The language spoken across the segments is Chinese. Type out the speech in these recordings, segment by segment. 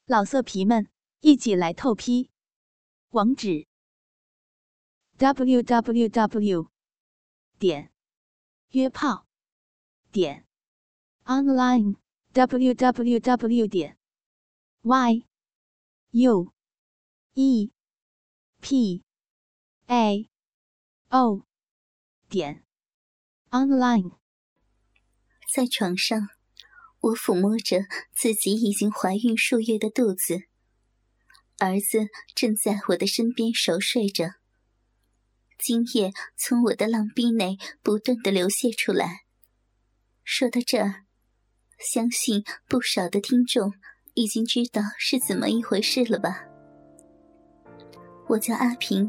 老色皮们，一起来透批！网址 www.约炮online www.yuepao.online。 在床上，我抚摸着自己已经怀孕数月的肚子，儿子正在我的身边熟睡着，精液从我的浪逼内不断地流泻出来。说到这儿，相信不少的听众已经知道是怎么一回事了吧。我叫阿平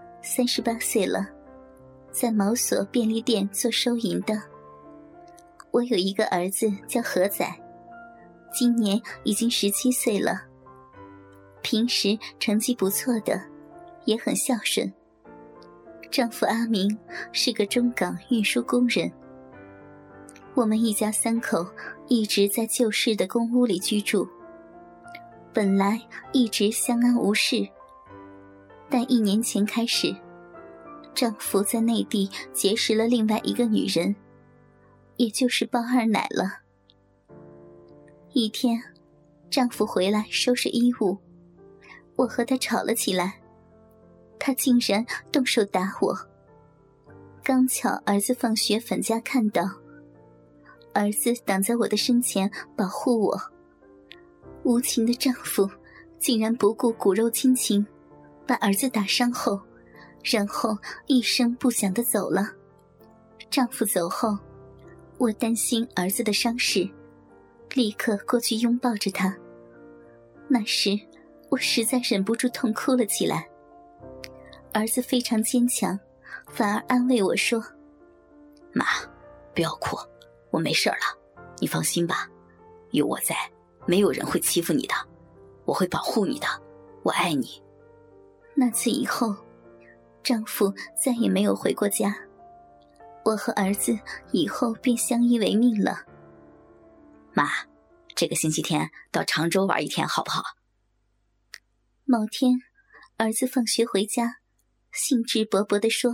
，38岁了，在毛所便利店做收银的。我有一个儿子叫何仔，今年已经17岁了，平时成绩不错的，也很孝顺。丈夫阿明是个中港运输工人。我们一家3口一直在旧式的公屋里居住，本来一直相安无事，但1年前开始，丈夫在内地结识了另外一个女人，也就是包二奶了。一天，丈夫回来收拾衣物，我和他吵了起来，他竟然动手打我。刚巧儿子放学返家看到，儿子挡在我的身前保护我，无情的丈夫竟然不顾骨肉亲情，把儿子打伤后，然后一声不响地走了。丈夫走后，我担心儿子的伤势，立刻过去拥抱着他。那时我实在忍不住痛哭了起来。儿子非常坚强，反而安慰我说： 妈，不要哭，我没事了，你放心吧，有我在，没有人会欺负你的，我会保护你的，我爱你。 那次以后，丈夫再也没有回过家，我和儿子以后便相依为命了。 妈，这个星期天到常州玩1天好不好？ 某天，儿子放学回家，兴致勃勃地说：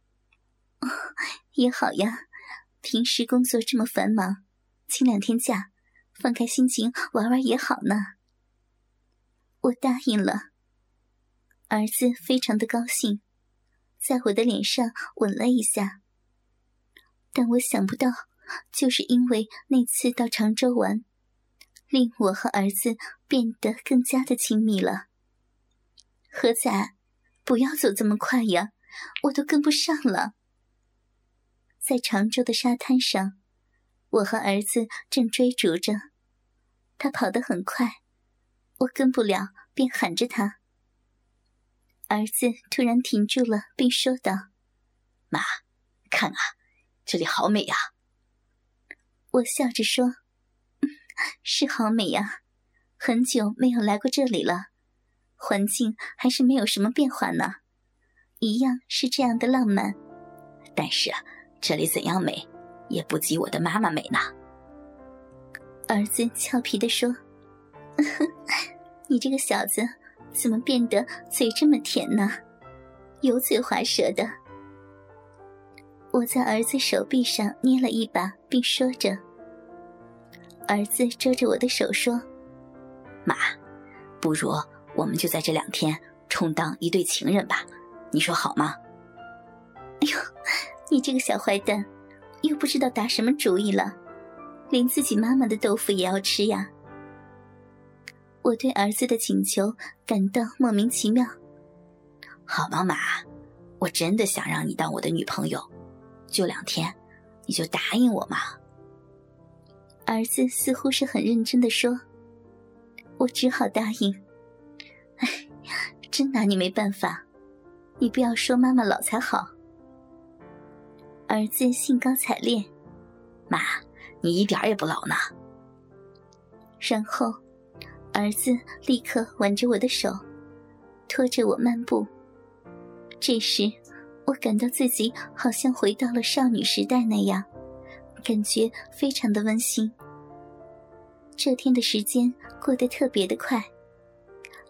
也好呀，平时工作这么繁忙，请2天假，放开心情玩玩也好呢。我答应了。儿子非常的高兴，在我的脸上吻了一下。但我想不到，就是因为那次到常州玩，令我和儿子变得更加的亲密了。何仔，不要走这么快呀，我都跟不上了。在常州的沙滩上，我和儿子正追逐着，他跑得很快，我跟不了，便喊着他。儿子突然停住了，并说道： 妈，看啊，这里好美呀。 我笑着说：是好美呀，很久没有来过这里了，环境还是没有什么变化呢，一样是这样的浪漫。 但是这里怎样美，也不及我的妈妈美呢。 儿子俏皮地说：你这个小子怎么变得嘴这么甜呢？油嘴滑舌的。我在儿子手臂上捏了一把，并说着。儿子遮着我的手说： 妈，不如我们就在这2天充当一对情人吧，你说好吗？ 哎呦，你这个小坏蛋，又不知道打什么主意了，连自己妈妈的豆腐也要吃呀。我对儿子的请求感到莫名其妙。 好吗，妈，我真的想让你当我的女朋友，就2天，你就答应我嘛。 儿子似乎是很认真地说。我只好答应。哎，真拿你没办法，你不要说妈妈老才好。儿子兴高采烈： 妈，你一点也不老呢。 然后儿子立刻挽着我的手，拖着我漫步。这时我感到自己好像回到了少女时代那样，感觉非常的温馨。这天的时间过得特别的快，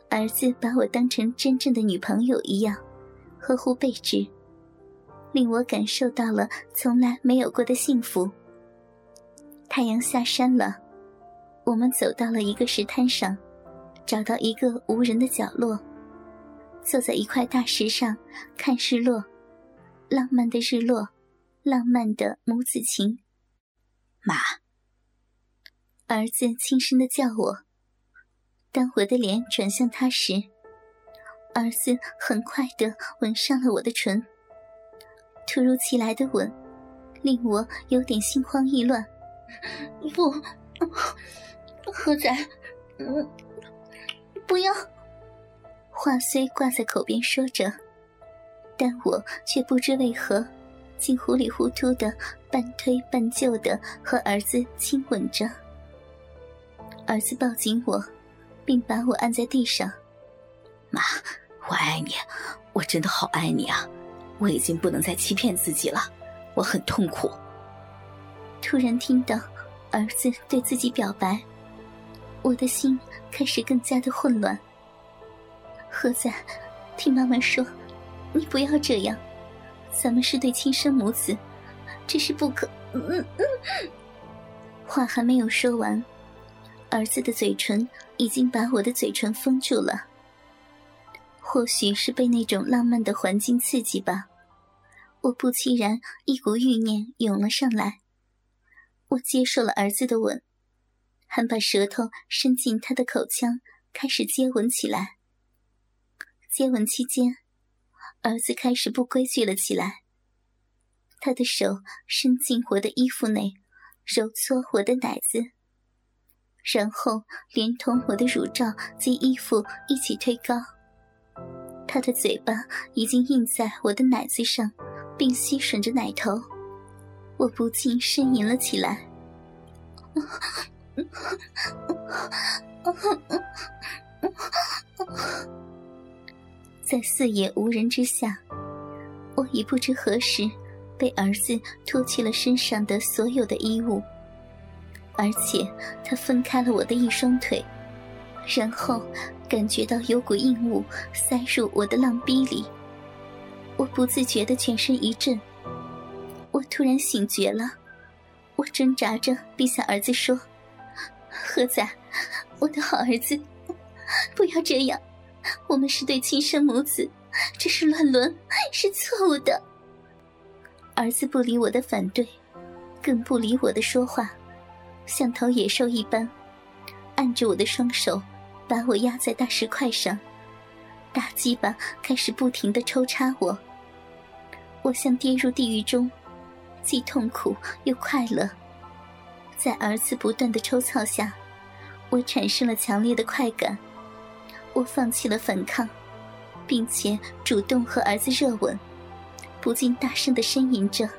儿子把我当成真正的女朋友一样呵护备至，令我感受到了从来没有过的幸福。太阳下山了，我们走到了一个石滩上，找到一个无人的角落，坐在一块大石上看日落。浪漫的日落，浪漫的母子情。 妈。 儿子轻声地叫我。当我的脸转向他时，儿子很快地吻上了我的唇。突如其来的吻令我有点心慌意乱。不，何仔，不要。话虽挂在口边说着，但我却不知为何竟糊里糊涂的半推半就的和儿子亲吻着。儿子抱紧我，并把我按在地上。 妈，我爱你，我真的好爱你啊，我已经不能再欺骗自己了，我很痛苦。 突然听到儿子对自己表白，我的心开始更加的混乱。何仔，听妈妈说，你不要这样，咱们是对亲生母子，这是不可……话还没有说完，儿子的嘴唇已经把我的嘴唇封住了。或许是被那种浪漫的环境刺激吧，我不期然一股欲念涌了上来。我接受了儿子的吻，还把舌头伸进他的口腔，开始接吻起来。接吻期间，儿子开始不规矩了起来。他的手伸进我的衣服内，揉搓我的奶子，然后连同我的乳罩及衣服一起推高。他的嘴巴已经印在我的奶子上，并吸吮着奶头。我不禁呻吟了起来。在四野无人之下，我已不知何时被儿子脱去了身上的所有的衣物，而且他分开了我的一双腿，然后感觉到有股硬物塞入我的浪逼里。我不自觉地全身一震，我突然醒觉了。我挣扎着逼向儿子说：何仔，我的好儿子，不要这样，我们是对亲生母子，这是乱伦，是错误的。儿子不理我的反对，更不理我的说话，像头野兽一般按着我的双手，把我压在大石块上，大鸡巴开始不停地抽插我。我像跌入地狱中，既痛苦又快乐。在儿子不断的抽操下，我产生了强烈的快感。我放弃了反抗，并且主动和儿子热吻，不禁大声地呻吟着。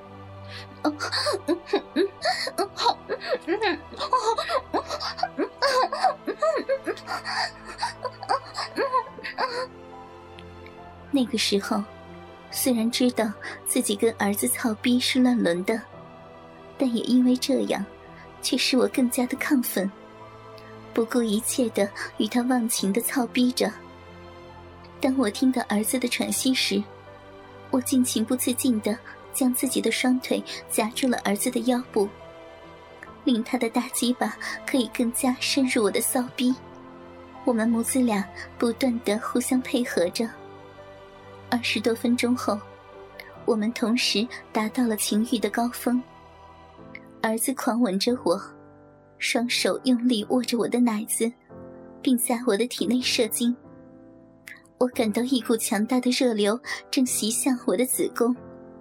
那个时候，虽然知道自己跟儿子操逼是乱伦的，但也因为这样，却使我更加的亢奋，不顾一切地与他忘情地操逼着。当我听到儿子的喘息时，我竟情不自禁地将自己的双腿夹住了儿子的腰部，令他的大鸡巴可以更加深入我的骚逼。我们母子俩不断地互相配合着。20多分钟后，我们同时达到了情欲的高峰。儿子狂吻着我，双手用力握着我的奶子，并在我的体内射精。我感到一股强大的热流正袭向我的子宫。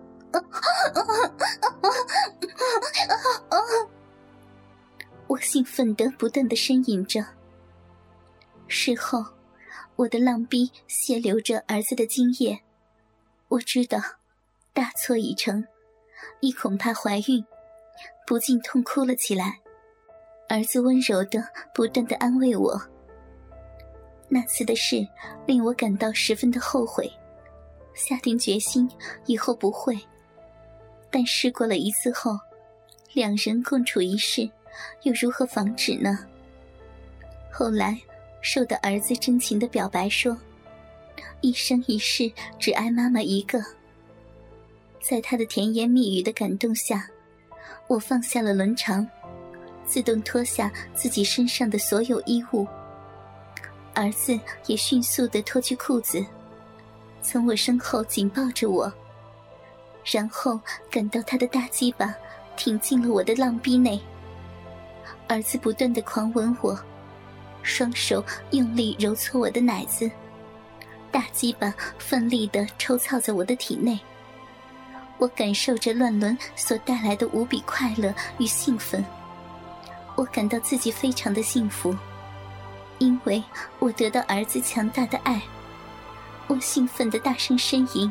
我兴奋地不断地呻吟着。事后，我的浪逼泄流着儿子的精液，我知道大错已成，亦恐怕怀孕，不禁痛哭了起来。儿子温柔地不断地安慰我。那次的事令我感到十分的后悔，下定决心以后不会。但试过了一次后，两人共处一室，又如何防止呢？后来受到儿子真情的表白说，一生一世只爱妈妈一个。在他的甜言蜜语的感动下，我放下了伦常，自动脱下自己身上的所有衣物。儿子也迅速地脱去裤子，从我身后紧抱着我，然后感到他的大鸡巴挺进了我的浪逼内。儿子不断地狂吻我，双手用力揉搓我的奶子，大鸡巴奋力地抽操在我的体内。我感受着乱伦所带来的无比快乐与兴奋，我感到自己非常的幸福，因为我得到儿子强大的爱。我兴奋地大声呻吟，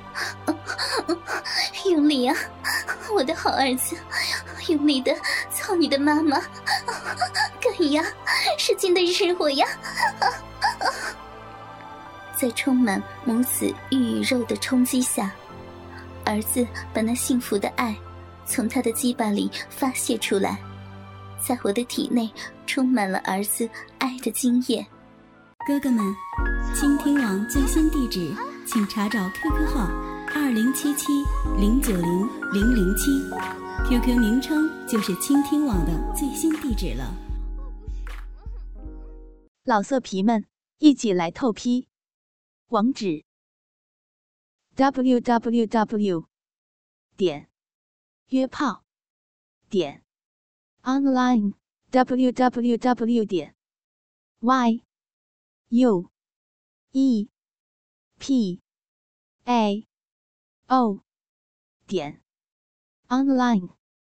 用力啊，我的好儿子，用力地操你的妈妈，干呀，使劲地日我呀！在充满母子欲与肉的冲击下，儿子把那幸福的爱从他的鸡巴里发泄出来，在我的体内充满了儿子爱的精液。 哥哥们，倾听网最新地址请查找 QQ 号2077090007 ，QQ 名称就是倾听网的最新地址了。 老色皮们，一起来透批！网址 www.约炮.online www.yuepao.online